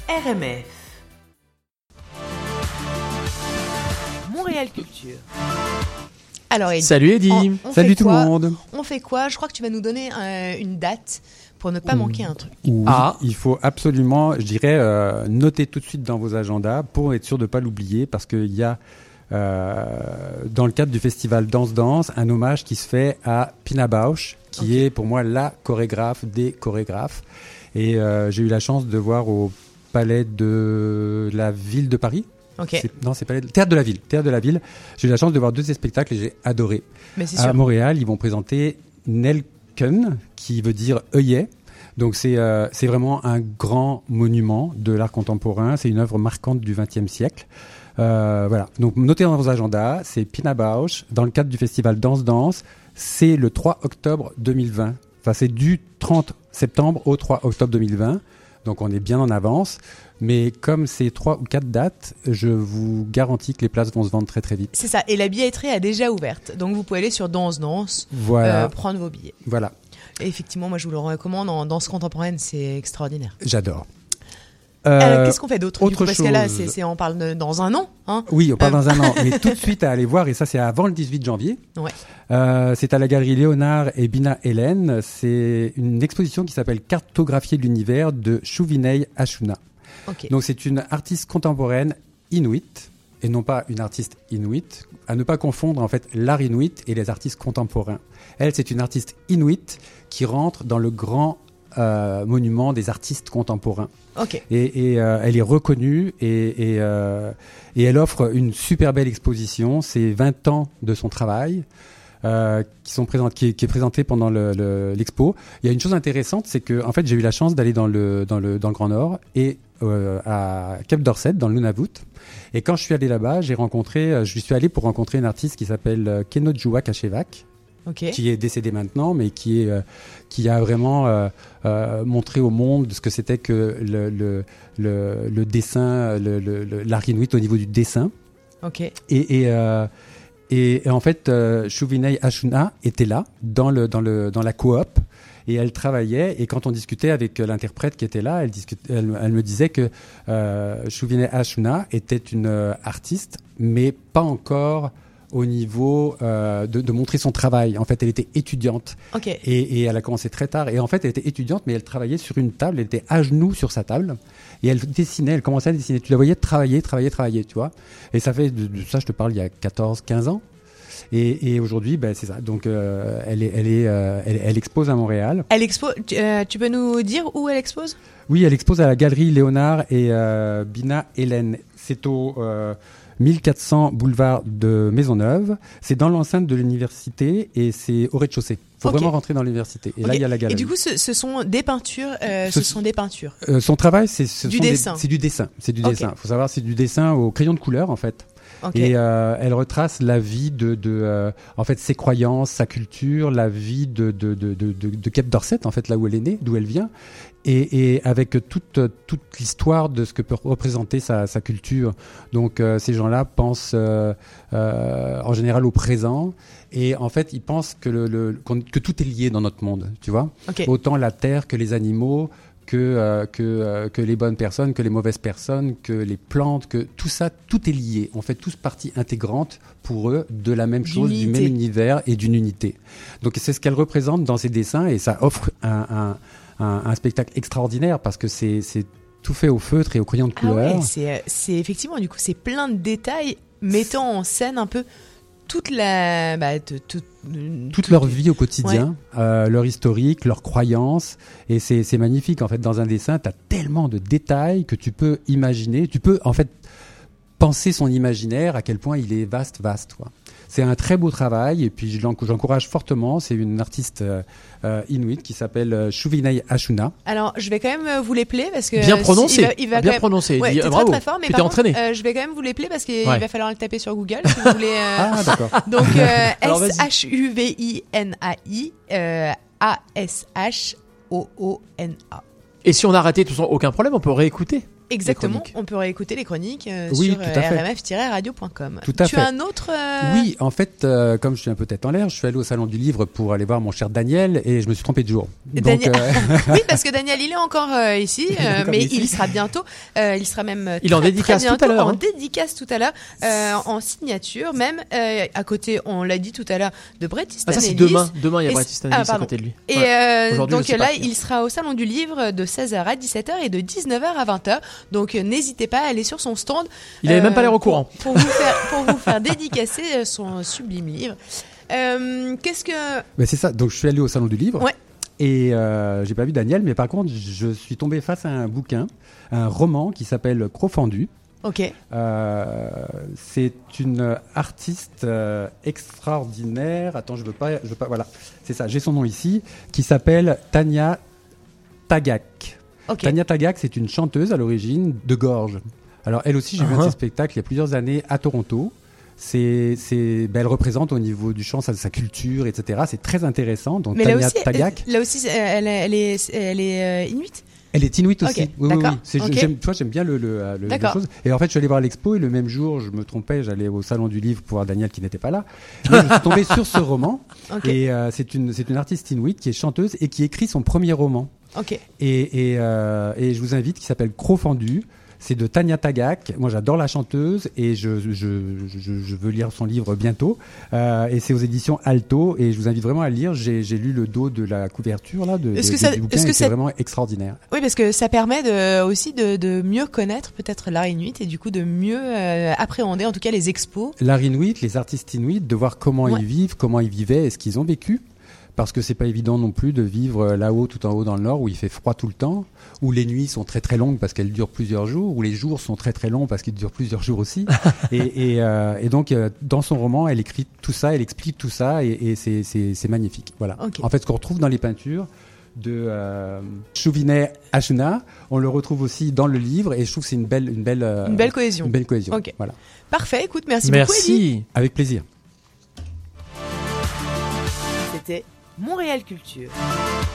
RMF Montréal Culture. Alors, Eddie, salut Eddie, salut tout le monde. On fait quoi ? Je crois que tu vas nous donner une date pour ne pas manquer un truc. Oui, il faut absolument, je dirais, noter tout de suite dans vos agendas pour être sûr de ne pas l'oublier, parce qu'il y a, dans le cadre du festival Danse, un hommage qui se fait à Pina Bausch, qui est pour moi la chorégraphe des chorégraphes. Et j'ai eu la chance de voir au Palais de la Ville de Paris. C'est pas Théâtre de la Ville. J'ai eu la chance de voir 2 spectacles et j'ai adoré. Mais c'est à sûr. Montréal, ils vont présenter Nelken, qui veut dire œillet. Donc c'est vraiment un grand monument de l'art contemporain. C'est une œuvre marquante du XXe siècle. Voilà. Donc notez dans vos agendas, c'est Pina Bausch dans le cadre du festival Danse. C'est le 3 octobre 2020. Enfin, c'est du 30 septembre au 3 octobre 2020. Donc on est bien en avance. Mais comme c'est 3 ou 4 dates, je vous garantis que les places vont se vendre très très vite. C'est ça. Et la billetterie est déjà ouverte. Donc vous pouvez aller sur Danse, voilà. prendre vos billets. Voilà. Et effectivement, moi je vous le recommande. En danse contemporaine, c'est extraordinaire. J'adore. Qu'est-ce qu'on fait d'autre autre du coup, parce que là, chose. on parle dans un an. Hein. Oui, on parle dans un an. Mais tout de suite à aller voir, et ça c'est avant le 18 janvier. Ouais. C'est à la galerie Léonard et Bina Hélène. C'est une exposition qui s'appelle Cartographier l'univers de Shuvinei Ashuna. Okay. Donc c'est une artiste contemporaine inuite, et non pas une artiste inuite. À ne pas confondre en fait l'art inuit et les artistes contemporains. Elle, c'est une artiste inuite qui rentre dans le grand monument des artistes contemporains. Okay. Et elle est reconnue et elle offre une super belle exposition. C'est 20 ans de son travail qui est présenté pendant l'expo. Il y a une chose intéressante, c'est que en fait j'ai eu la chance d'aller dans le Grand Nord et à Cap d'Orsay, dans le Nunavut. Et quand je suis allé là-bas, je suis allé pour rencontrer une artiste qui s'appelle Kenojua Kachevak. Okay. Qui est décédé maintenant, mais qui a vraiment montré au monde ce que c'était que le dessin, l'art inuit au niveau du dessin. Okay. Et en fait, Shuvinei Ashuna était là dans la coop. Et elle travaillait, et quand on discutait avec l'interprète qui était là, elle me disait que Shuvinei Ashuna était une artiste, mais pas encore au niveau de montrer son travail. En fait, elle était étudiante. Okay. Et elle a commencé très tard. Et en fait, elle était étudiante, mais elle travaillait sur une table. Elle était à genoux sur sa table. Et elle dessinait, elle commençait à dessiner. Tu la voyais travailler, tu vois. Et ça fait, ça je te parle, il y a 14, 15 ans. Et aujourd'hui, ben, c'est ça. Donc, elle expose à Montréal. Tu peux nous dire où elle expose ? Oui, elle expose à la galerie Léonard et Bina Hélène. C'est au 1400 boulevard de Maisonneuve. C'est dans l'enceinte de l'université et c'est au rez-de-chaussée. Il faut vraiment rentrer dans l'université. Et là, il y a la galerie. Et du coup, ce sont des peintures. Son travail, c'est du dessin. C'est du dessin. Il faut savoir, c'est du dessin au crayon de couleur, en fait. Okay. Et elle retrace la vie en fait, ses croyances, sa culture, la vie de Cap d'Orsay, en fait, là où elle est née, d'où elle vient. Et avec toute l'histoire de ce que peut représenter sa culture. Donc ces gens-là pensent en général au présent, et en fait ils pensent que tout est lié dans notre monde, tu vois. Okay. Autant la terre que les animaux, que les bonnes personnes, que les mauvaises personnes, que les plantes, que tout ça, tout est lié. On fait tous partie intégrante pour eux de la même chose, du même univers et d'une unité. Donc c'est ce qu'elle représente dans ses dessins, et ça offre un spectacle extraordinaire parce que c'est tout fait au feutre et au crayon de couleur. Ouais, c'est effectivement, du coup, c'est plein de détails mettant en scène un peu toute leur vie au quotidien, leur historique, leurs croyances, et c'est magnifique en fait. Dans un dessin, tu as tellement de détails que tu peux imaginer, tu peux en fait penser son imaginaire, à quel point il est vaste quoi. C'est un très beau travail, et puis j'encourage fortement. C'est une artiste inuit qui s'appelle Shuvinei Ashuna. Alors, je vais quand même vous l'épeler parce que bien prononcé. Il va bien prononcé. Ouais, t'es bravo. très très fort, mais tu t'es entraîné. Je vais quand même vous l'épeler parce qu'il va falloir le taper sur Google si vous voulez. Ah d'accord. Donc Alors, Shuvinai Ashona. Et si on a raté, tout ça, aucun problème, on peut réécouter. Exactement, chroniques. on peut réécouter les chroniques Oui, sur tout à fait. rmf-radio.com. Tout à tu fait. as un autre Oui, en fait, comme je suis un peu tête en l'air, je suis allé au Salon du Livre pour aller voir mon cher Daniel et je me suis trompé de jour. Daniel- Oui, parce que Daniel, il est encore ici, encore mais ici. il sera bientôt. Il sera même Il est en très, dédicace très tout à bientôt, l'heure, En hein. dédicace tout à l'heure, en signature même. À côté, on l'a dit tout à l'heure, de Bret Easton Ah, ça, c'est Ellis. demain. Demain, il y a Et Bret c'est- Easton ah, Ellis à pardon. côté de lui. Et Ouais. Aujourd'hui, donc je sais là, pas. il sera au Salon du Livre de 16h à 17h et de 19h à 20h. Donc n'hésitez pas à aller sur son stand. Il avait même pas l'air au courant. Pour vous faire dédicacer son sublime livre. Qu'est-ce que... Ben, c'est ça. Donc je suis allé au Salon du Livre. Ouais. Et j'ai pas vu Daniel, mais par contre, je suis tombé face à un bouquin, un roman qui s'appelle Crofendu. Ok. C'est une artiste extraordinaire. Attends, je veux pas. Voilà, c'est ça. J'ai son nom ici, qui s'appelle Tania Tagaq. Ok. Tania Tagaq, c'est une chanteuse à l'origine de Gorge. Alors elle aussi, j'ai vu un de Ah. ses spectacles il y a plusieurs années à Toronto. Elle représente au niveau du chant sa culture, etc. C'est très intéressant. Donc Mais Tania Tagaq, là aussi, elle est inuite. elle est inuite Ok, aussi. Oui, oui, d'accord, oui. ok. J'aime bien le D'accord. chose. Et en fait, je suis allé voir l'expo et le même jour, je me trompais, j'allais au Salon du Livre pour voir Daniel qui n'était pas là. Mais je suis tombé sur ce roman. Ok. Et c'est une artiste inuite qui est chanteuse et qui écrit son premier roman. Ok. Et je vous invite, qui s'appelle Crofendu. C'est de Tania Tagaq. Moi, j'adore la chanteuse et je veux lire son livre bientôt. Et c'est aux éditions Alto. Et je vous invite vraiment à le lire. J'ai lu le dos de la couverture là, du bouquin. Et c'est vraiment extraordinaire. Oui, parce que ça permet aussi de mieux connaître peut-être l'art inuit et du coup de mieux appréhender en tout cas les expos. L'art inuit, les artistes inuits, de voir comment Ouais. ils vivent, comment ils vivaient et ce qu'ils ont vécu. Parce que c'est pas évident non plus de vivre là-haut, tout en haut dans le nord, où il fait froid tout le temps, où les nuits sont très très longues parce qu'elles durent plusieurs jours, où les jours sont très très longs parce qu'ils durent plusieurs jours aussi. et donc, dans son roman, elle écrit tout ça, elle explique tout ça, et c'est magnifique. Voilà. Ok. En fait, ce qu'on retrouve dans les peintures de Chouvinet Ashuna, on le retrouve aussi dans le livre, et je trouve que c'est une belle Cohésion. Une belle cohésion. Ok. Voilà. Parfait. Écoute, merci beaucoup, Eddie. Merci. Avec plaisir. C'était Montréal Culture.